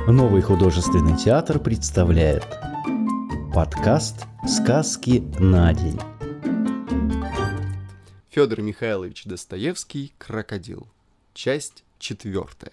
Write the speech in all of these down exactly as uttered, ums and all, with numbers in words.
Новый художественный театр представляет подкаст «Сказки на день». Федор Михайлович Достоевский «Крокодил». Часть четвертая.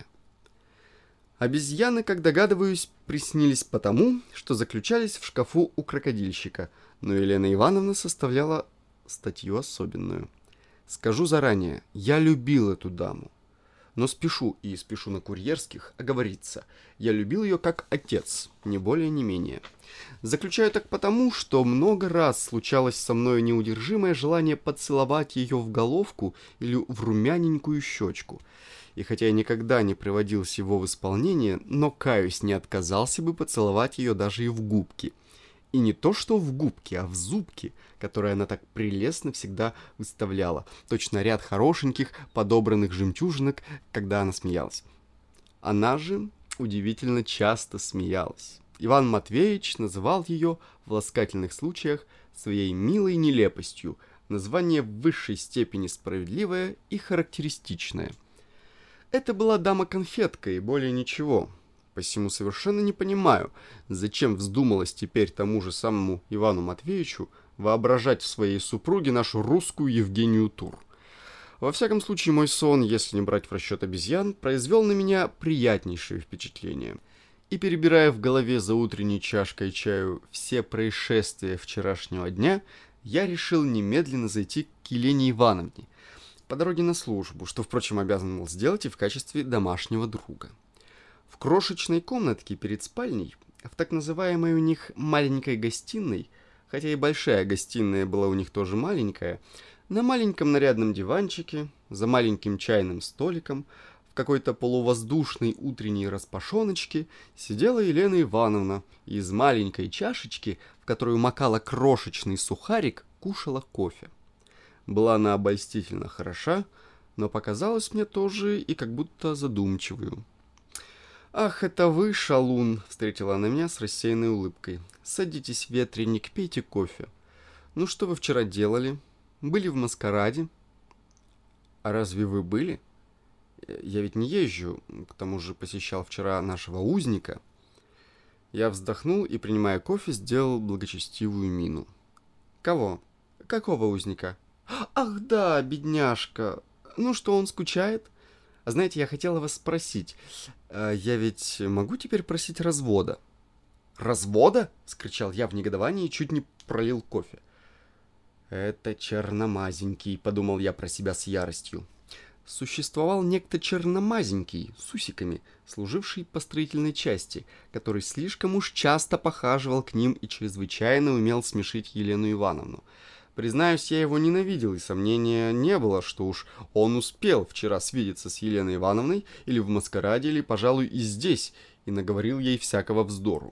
Обезьяны, как догадываюсь, приснились потому, что заключались в шкафу у крокодильщика, но Елена Ивановна составляла статью особенную. Скажу заранее, я любил эту даму. Но спешу и спешу на курьерских оговориться. Я любил ее как отец, не более, не менее. Заключаю так потому, что много раз случалось со мной неудержимое желание поцеловать ее в головку или в румяненькую щечку. И хотя я никогда не приводил всего в исполнение, но, каюсь, не отказался бы поцеловать ее даже и в губки. И не то что в губки, а в зубки, которые она так прелестно всегда выставляла. Точно ряд хорошеньких, подобранных жемчужинок, когда она смеялась. Она же удивительно часто смеялась. Иван Матвеевич называл ее в ласкательных случаях своей милой нелепостью, название в высшей степени справедливое и характеристичное. Это была дама-конфетка и более ничего. Посему совершенно не понимаю, зачем вздумалось теперь тому же самому Ивану Матвеевичу воображать в своей супруге нашу русскую Евгению Тур. Во всяком случае, мой сон, если не брать в расчет обезьян, произвел на меня приятнейшее впечатление. И перебирая в голове за утренней чашкой чаю все происшествия вчерашнего дня, я решил немедленно зайти к Елене Ивановне по дороге на службу, что, впрочем, обязан был сделать и в качестве домашнего друга. В крошечной комнатке перед спальней, в так называемой у них маленькой гостиной, хотя и большая гостиная была у них тоже маленькая, на маленьком нарядном диванчике, за маленьким чайным столиком, в какой-то полувоздушной утренней распашоночке сидела Елена Ивановна и из маленькой чашечки, в которую макала крошечный сухарик, кушала кофе. Была она обольстительно хороша, но показалась мне тоже и как будто задумчивую. «Ах, это вы, шалун!» — встретила она меня с рассеянной улыбкой. «Садитесь, ветреник, пейте кофе. Ну, что вы вчера делали? Были в маскараде?» «А разве вы были? Я ведь не езжу, к тому же посещал вчера нашего узника». Я вздохнул и, принимая кофе, сделал благочестивую мину. «Кого? Какого узника?» «Ах, да, бедняжка! Ну что, он скучает? А знаете, я хотела вас спросить, я ведь могу теперь просить развода?» «Развода?» — вскричал я в негодовании и чуть не пролил кофе. «Это черномазенький», — подумал я про себя с яростью. Существовал некто черномазенький, с усиками, служивший по строительной части, который слишком уж часто похаживал к ним и чрезвычайно умел смешить Елену Ивановну. Признаюсь, я его ненавидел, и сомнения не было, что уж он успел вчера свидеться с Еленой Ивановной или в маскараде, или, пожалуй, и здесь, и наговорил ей всякого вздору.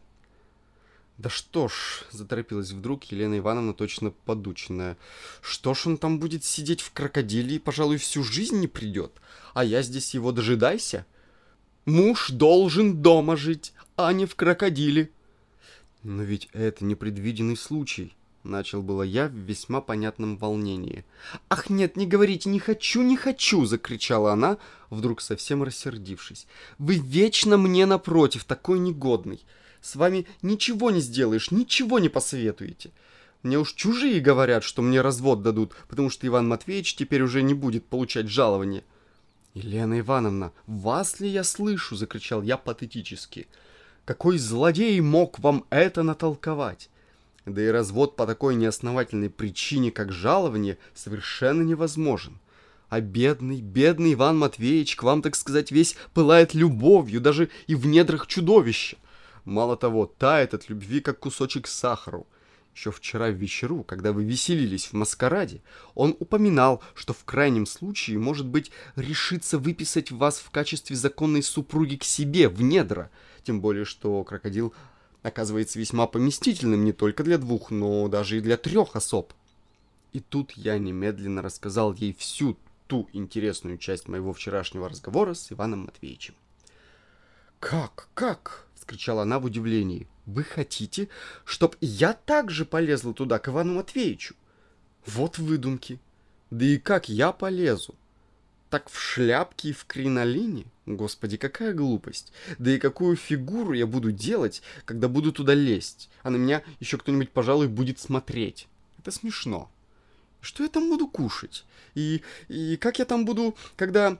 «Да что ж», — заторопилась вдруг Елена Ивановна, точно подученная, «что ж он там будет сидеть в крокодиле и, пожалуй, всю жизнь не придет, а я здесь его дожидайся? Муж должен дома жить, а не в крокодиле». «Но ведь это непредвиденный случай», — начал было я в весьма понятном волнении. «Ах, нет, не говорите, не хочу, не хочу!» — закричала она, вдруг совсем рассердившись. «Вы вечно мне напротив, такой негодный. С вами ничего не сделаешь, ничего не посоветуете. Мне уж чужие говорят, что мне развод дадут, потому что Иван Матвеевич теперь уже не будет получать жалование». «Елена Ивановна, вас ли я слышу?» — закричал я патетически. «Какой злодей мог вам это натолковать? Да и развод по такой неосновательной причине, как жалование, совершенно невозможен. А бедный, бедный Иван Матвеевич к вам, так сказать, весь пылает любовью, даже и в недрах чудовища. Мало того, тает от любви, как кусочек сахару. Еще вчера в вечеру, когда вы веселились в маскараде, он упоминал, что в крайнем случае, может быть, решится выписать вас в качестве законной супруги к себе в недра, тем более, что крокодил оказывается весьма поместительным не только для двух, но даже и для трех особ». И тут я немедленно рассказал ей всю ту интересную часть моего вчерашнего разговора с Иваном Матвеевичем. «Как, как?» — вскричала она в удивлении. «Вы хотите, чтоб я также полезла туда, к Ивану Матвеевичу? Вот выдумки! Да и как я полезу? так в шляпке и в кринолине? Господи, какая глупость. Да и какую фигуру я буду делать, когда буду туда лезть, а на меня еще кто-нибудь, пожалуй, будет смотреть. Это смешно. Что я там буду кушать? И, и как я там буду, когда...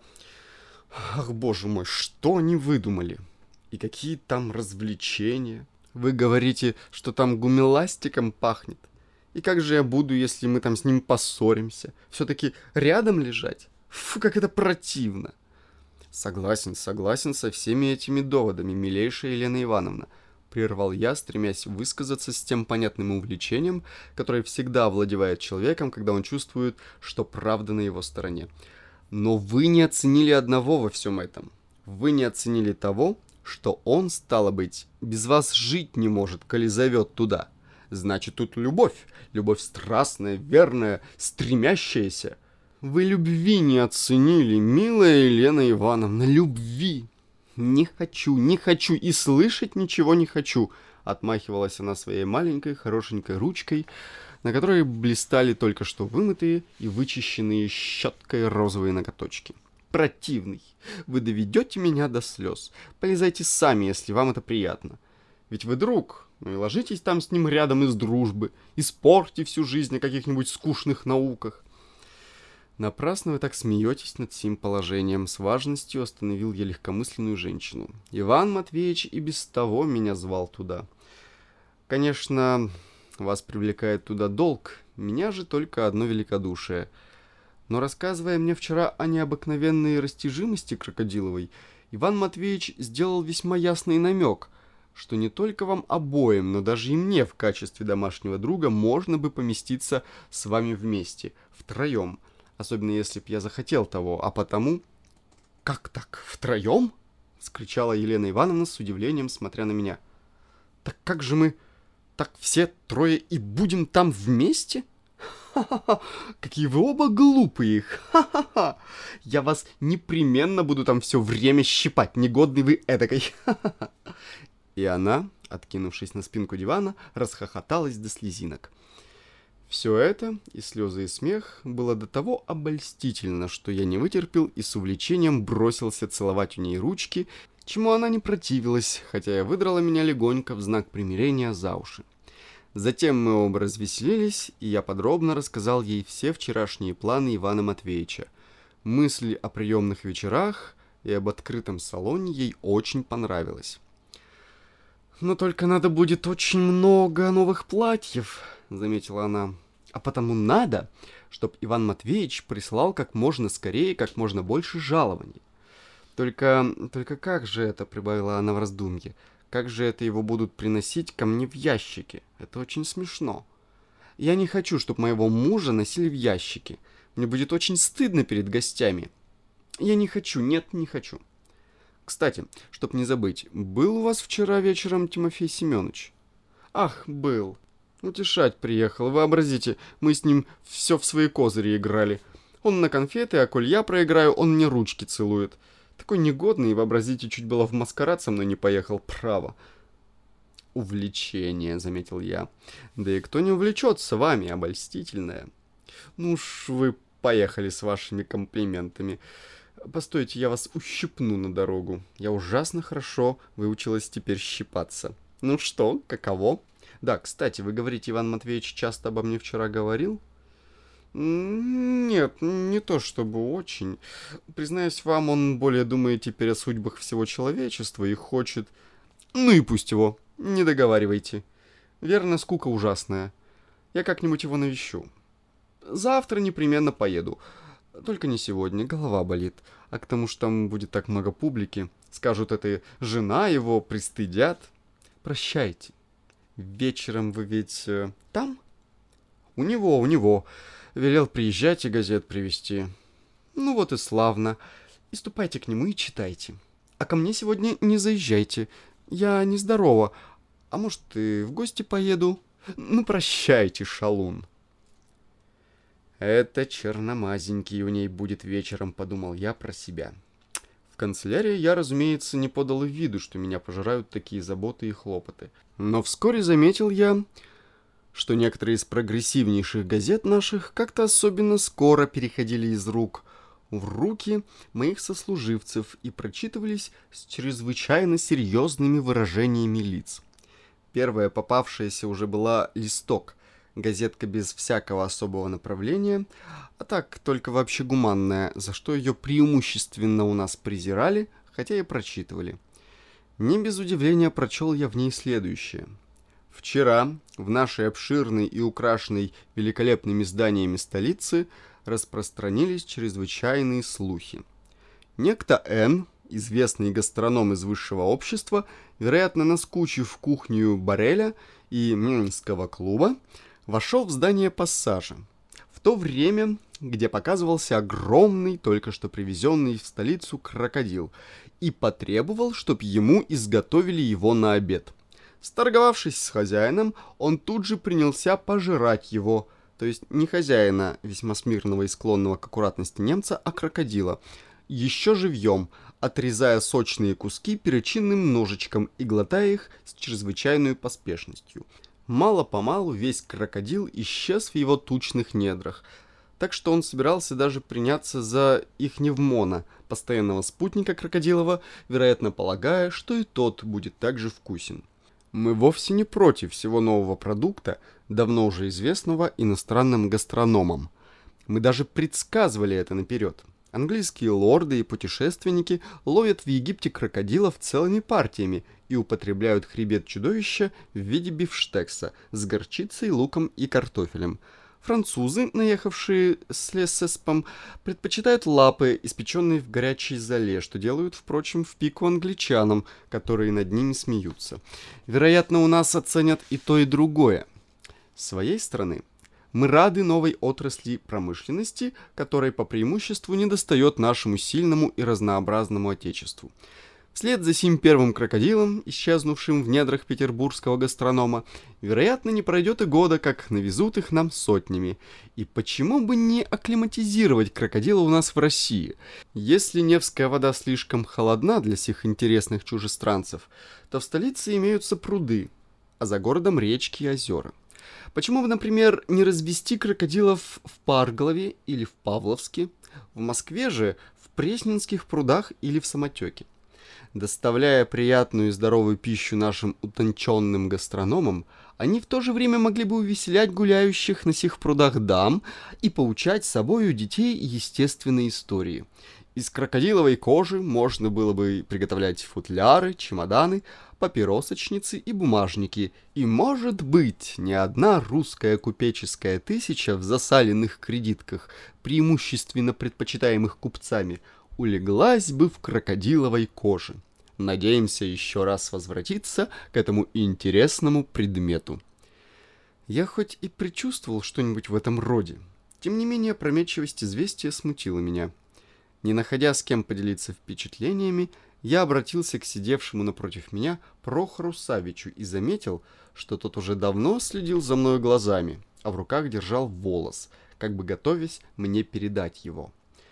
Ах, боже мой, что они выдумали? И какие там развлечения? Вы говорите, что там гумиластиком пахнет? И как же я буду, если мы там с ним поссоримся? Все-таки рядом лежать? Фу, как это противно. Согласен, согласен со всеми этими доводами, милейшая Елена Ивановна. Прервал я, стремясь высказаться с тем понятным увлечением, которое всегда овладевает человеком, когда он чувствует, что правда на его стороне. Но вы не оценили одного во всем этом. Вы не оценили того, что он, стало быть, без вас жить не может, коли зовет туда. Значит, тут любовь, любовь страстная, верная, стремящаяся. Вы любви не оценили, милая Елена Ивановна, любви. Не хочу, не хочу и слышать ничего не хочу, отмахивалась она своей маленькой хорошенькой ручкой, на которой блистали только что вымытые и вычищенные щеткой розовые ноготочки. Противный. Вы доведете меня до слез. Полезайте сами, если вам это приятно. Ведь вы друг, ну и ложитесь там с ним рядом из дружбы, испорьте всю жизнь о каких-нибудь скучных науках. Напрасно вы так смеетесь над сим положением. С важностью остановил я легкомысленную женщину. Иван Матвеевич и без того меня звал туда. Конечно, вас привлекает туда долг, меня же только одно великодушие. Но рассказывая мне вчера о необыкновенной растяжимости Крокодиловой, Иван Матвеевич сделал весьма ясный намек, что не только вам обоим, но даже и мне в качестве домашнего друга можно бы поместиться с вами вместе, втроем, особенно если б я захотел того, а потому... — Как так, втроем? — вскричала Елена Ивановна с удивлением, смотря на меня. — Так как же мы... Так все трое и будем там вместе? Ха-ха-ха! Какие вы оба глупые! Ха-ха-ха! Я вас непременно буду там все время щипать, негодный вы эдакой! Ха-ха-ха! И она, откинувшись на спинку дивана, расхохоталась до слезинок. Все это, и слезы, и смех, было до того обольстительно, что я не вытерпел и с увлечением бросился целовать у ней ручки, чему она не противилась, хотя я выдрала меня легонько в знак примирения за уши. Затем мы оба развеселились, и я подробно рассказал ей все вчерашние планы Ивана Матвеевича. Мысли о приемных вечерах и об открытом салоне ей очень понравилось. «Но только надо будет очень много новых платьев», — заметила она. «А потому надо, чтобы Иван Матвеевич прислал как можно скорее, как можно больше жалований. Только, только как же это, — прибавила она в раздумье, — как же это его будут приносить ко мне в ящике? Это очень смешно. Я не хочу, чтобы моего мужа носили в ящике. Мне будет очень стыдно перед гостями. Я не хочу, нет, не хочу. Кстати, чтоб не забыть, был у вас вчера вечером Тимофей Семенович?» «Ах, был. Утешать приехал. Вообразите, мы с ним все в свои козыри играли. Он на конфеты, а коль я проиграю, он мне ручки целует. Такой негодный, вообразите, чуть было в маскарад со мной не поехал, право». «Увлечение», — заметил я. «Да и кто не увлечется вами, обольстительное». «Ну уж вы поехали с вашими комплиментами. Постойте, я вас ущипну на дорогу. Я ужасно хорошо выучилась теперь щипаться. Ну что, каково? Да, кстати, вы говорите, Иван Матвеевич часто обо мне вчера говорил?» «Нет, не то чтобы очень. Признаюсь вам, он более думает теперь о судьбах всего человечества и хочет...» «Ну и пусть его, не договаривайте. Верно, скука ужасная. Я как-нибудь его навещу. Завтра непременно поеду. Только не сегодня, голова болит. А к тому, что там будет так много публики. Скажут, это жена его, пристыдят. Прощайте. Вечером вы ведь э, там?» «У него, у него. Велел приезжать и газет привезти». «Ну вот и славно. И ступайте к нему и читайте. А ко мне сегодня не заезжайте. Я нездорова. А может, и в гости поеду? Ну, прощайте, шалун». «Это черномазенький у ней будет вечером», — подумал я про себя. В канцелярии я, разумеется, не подал и виду, что меня пожирают такие заботы и хлопоты. Но вскоре заметил я, что некоторые из прогрессивнейших газет наших как-то особенно скоро переходили из рук в руки моих сослуживцев и прочитывались с чрезвычайно серьезными выражениями лиц. Первая попавшаяся уже была «Листок», газетка без всякого особого направления, а так только вообще гуманная, за что ее преимущественно у нас презирали, хотя и прочитывали. Не без удивления прочел я в ней следующее. Вчера в нашей обширной и украшенной великолепными зданиями столицы распространились чрезвычайные слухи. Некто Н, известный гастроном из высшего общества, вероятно, наскучив кухню Барреля и Минского клуба, вошел в здание пассажа, в то время, где показывался огромный, только что привезенный в столицу крокодил, и потребовал, чтоб ему изготовили его на обед. Сторговавшись с хозяином, он тут же принялся пожирать его, то есть не хозяина, весьма смиренного и склонного к аккуратности немца, а крокодила, еще живьем, отрезая сочные куски перочинным ножичком и глотая их с чрезвычайной поспешностью. Мало-помалу весь крокодил исчез в его тучных недрах, так что он собирался даже приняться за ихневмона, постоянного спутника крокодилова, вероятно полагая, что и тот будет также вкусен. Мы вовсе не против всего нового продукта, давно уже известного иностранным гастрономам. Мы даже предсказывали это наперед. Английские лорды и путешественники ловят в Египте крокодилов целыми партиями и употребляют хребет чудовища в виде бифштекса с горчицей, луком и картофелем. Французы, наехавшие с лессеспом, предпочитают лапы, испеченные в горячей золе, что делают, впрочем, в пику англичанам, которые над ними смеются. Вероятно, у нас оценят и то, и другое. С своей стороны, мы рады новой отрасли промышленности, которой по преимуществу недостает нашему сильному и разнообразному отечеству. Вслед за сим первым крокодилом, исчезнувшим в недрах петербургского гастронома, вероятно, не пройдет и года, как навезут их нам сотнями. И почему бы не акклиматизировать крокодила у нас в России? Если Невская вода слишком холодна для сих интересных чужестранцев, то в столице имеются пруды, а за городом речки и озера. Почему бы, например, не развести крокодилов в Парголове или в Павловске, в Москве же в Пресненских прудах или в Самотеке? Доставляя приятную и здоровую пищу нашим утонченным гастрономам, они в то же время могли бы увеселять гуляющих на сих прудах дам и поучать собою детей естественной истории. Из крокодиловой кожи можно было бы приготовлять футляры, чемоданы, папиросочницы и бумажники, и, может быть, не одна русская купеческая тысяча в засаленных кредитках, преимущественно предпочитаемых купцами, улеглась бы в крокодиловой коже. Надеемся еще раз возвратиться к этому интересному предмету. Я хоть и предчувствовал что-нибудь в этом роде, тем не менее опрометчивость известия смутила меня. Не находя с кем поделиться впечатлениями, я обратился к сидевшему напротив меня Прохору Савичу и заметил, что тот уже давно следил за мною глазами, а в руках держал волос, как бы готовясь мне передать его.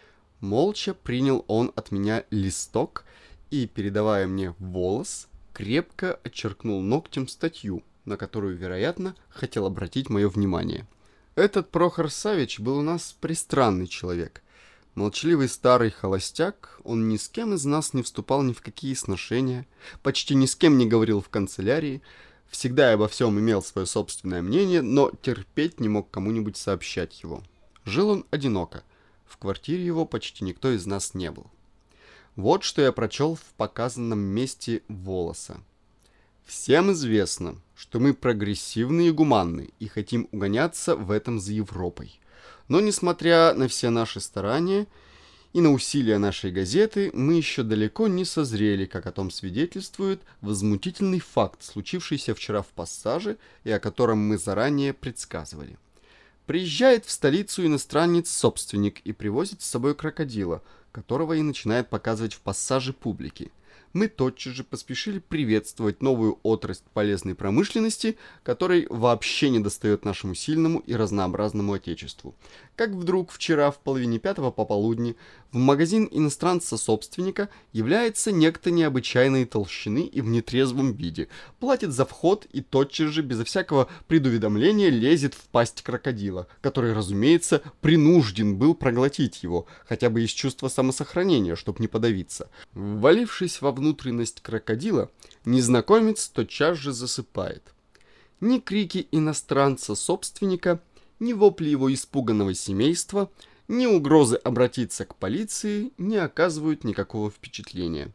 Молча принял он от меня листок и, передавая мне волос, крепко отчеркнул ногтем статью, на которую, вероятно, хотел обратить мое внимание. Этот Прохор Савич был у нас пристранный человек. Молчаливый старый холостяк, он ни с кем из нас не вступал ни в какие сношения, почти ни с кем не говорил в канцелярии, всегда и обо всем имел свое собственное мнение, но терпеть не мог кому-нибудь сообщать его. Жил он одиноко. В квартире его почти никто из нас не был. Вот что я прочел в показанном месте волоса. Всем известно, что мы прогрессивны и гуманны и хотим угоняться в этом за Европой. Но, несмотря на все наши старания и на усилия нашей газеты, мы еще далеко не созрели, как о том свидетельствует возмутительный факт, случившийся вчера в Пассаже и о котором мы заранее предсказывали. Приезжает в столицу иностранец-собственник и привозит с собой крокодила, которого и начинает показывать в Пассаже публике. Мы тотчас же поспешили приветствовать новую отрасль полезной промышленности, которой вообще недостает нашему сильному и разнообразному отечеству. Как вдруг вчера в половине пятого пополудни в магазин иностранца-собственника является некто необычайной толщины и в нетрезвом виде, платит за вход и тотчас же безо всякого предуведомления лезет в пасть крокодила, который, разумеется, принужден был проглотить его, хотя бы из чувства самосохранения, чтобы не подавиться. Ввалившись во внутренность крокодила, незнакомец тотчас же засыпает. Ни крики иностранца-собственника, ни вопли его испуганного семейства, ни угрозы обратиться к полиции не оказывают никакого впечатления.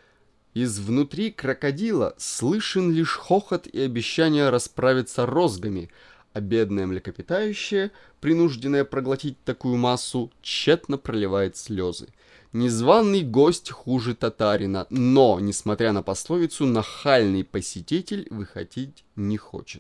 Из внутри крокодила слышен лишь хохот и обещание расправиться розгами, а бедное млекопитающее, принужденное проглотить такую массу, тщетно проливает слезы. Незваный гость хуже татарина, но, несмотря на пословицу, нахальный посетитель выходить не хочет.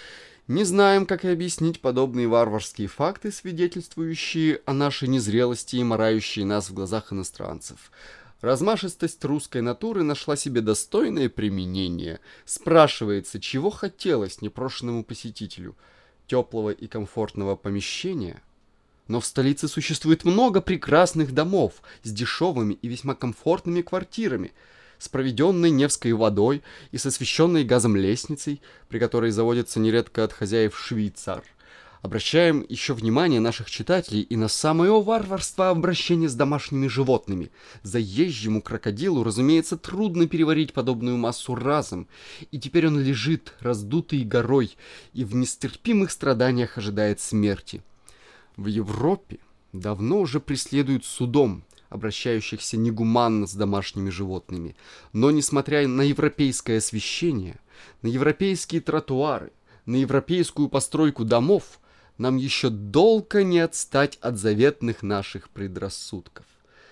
Не знаем, как и объяснить подобные варварские факты, свидетельствующие о нашей незрелости и марающие нас в глазах иностранцев. Размашистость русской натуры нашла себе достойное применение. Спрашивается, чего хотелось непрошенному посетителю? Теплого и комфортного помещения? Но в столице существует много прекрасных домов с дешевыми и весьма комфортными квартирами, с проведенной Невской водой и с освещенной газом лестницей, при которой заводится нередко от хозяев швейцар. Обращаем еще внимание наших читателей и на самое варварство обращения с домашними животными. Заезжему крокодилу, разумеется, трудно переварить подобную массу разом, и теперь он лежит, раздутый горой, и в нестерпимых страданиях ожидает смерти. В Европе давно уже преследуют судом обращающихся негуманно с домашними животными, но, несмотря на европейское освещение, на европейские тротуары, на европейскую постройку домов, нам еще долго не отстать от заветных наших предрассудков.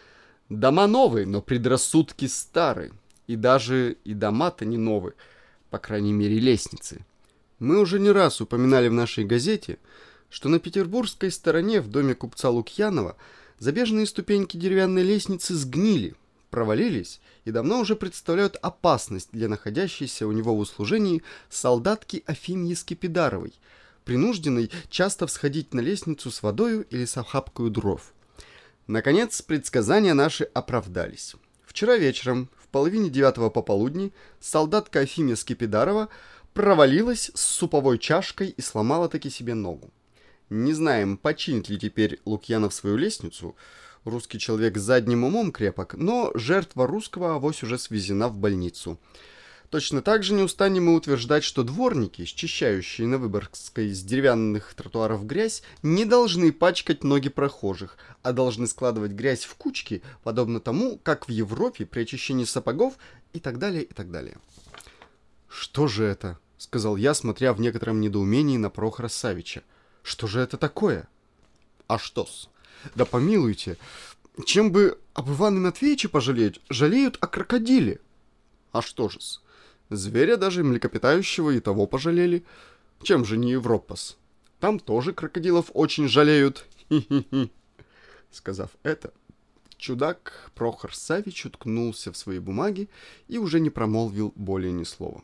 Дома новые, но предрассудки старые, и даже и дома-то не новые, по крайней мере лестницы. Мы уже не раз упоминали в нашей газете, что на петербургской стороне в доме купца Лукьянова забежные ступеньки деревянной лестницы сгнили, провалились и давно уже представляют опасность для находящейся у него в услужении солдатки Афимьи Скипидаровой, принужденной часто всходить на лестницу с водою или с охапкою дров. Наконец, предсказания наши оправдались. Вчера вечером, в половине девятого пополудни, солдатка Афимья Скипидарова провалилась с суповой чашкой и сломала таки себе ногу. Не знаем, починит ли теперь Лукьянов свою лестницу. Русский человек с задним умом крепок, но жертва русского авось уже свезена в больницу. Точно так же не устанем мы утверждать, что дворники, счищающие на Выборгской с деревянных тротуаров грязь, не должны пачкать ноги прохожих, а должны складывать грязь в кучки, подобно тому, как в Европе при очищении сапогов и так далее, и так далее. «Что же это?» — сказал я, смотря в некотором недоумении на Прохора Савича. «Что же это такое?» «А что-с? Да помилуйте, чем бы об Иване Матвеевиче пожалеют, жалеют о крокодиле». «А что же-с? Зверя даже млекопитающего и того пожалели. Чем же не Европа-с? Там тоже крокодилов очень жалеют. Хи-хи-хи». Сказав это, чудак Прохор Савич уткнулся в свои бумаги и уже не промолвил более ни слова.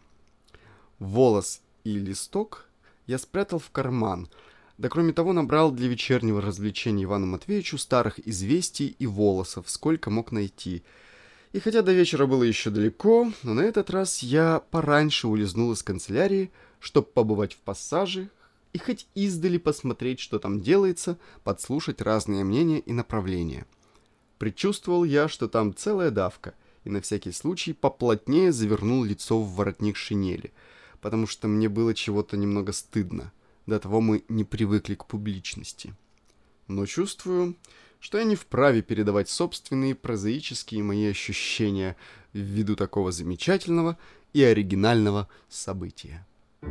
Волос и листок я спрятал в карман, да кроме того набрал для вечернего развлечения Ивану Матвеевичу старых известий и волосов, сколько мог найти. И хотя до вечера было еще далеко, но на этот раз я пораньше улизнул из канцелярии, чтобы побывать в пассаже и хоть издали посмотреть, что там делается, подслушать разные мнения и направления. Предчувствовал я, что там целая давка, и на всякий случай поплотнее завернул лицо в воротник шинели, потому что мне было чего-то немного стыдно. До того мы не привыкли к публичности. Но чувствую, что я не вправе передавать собственные прозаические мои ощущения ввиду такого замечательного и оригинального события.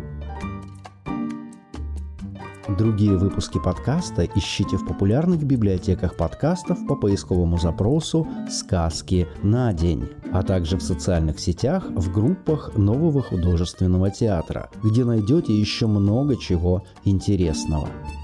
Другие выпуски подкаста ищите в популярных библиотеках подкастов по поисковому запросу «Сказки на день», а также в социальных сетях в группах Нового художественного театра, где найдете еще много чего интересного.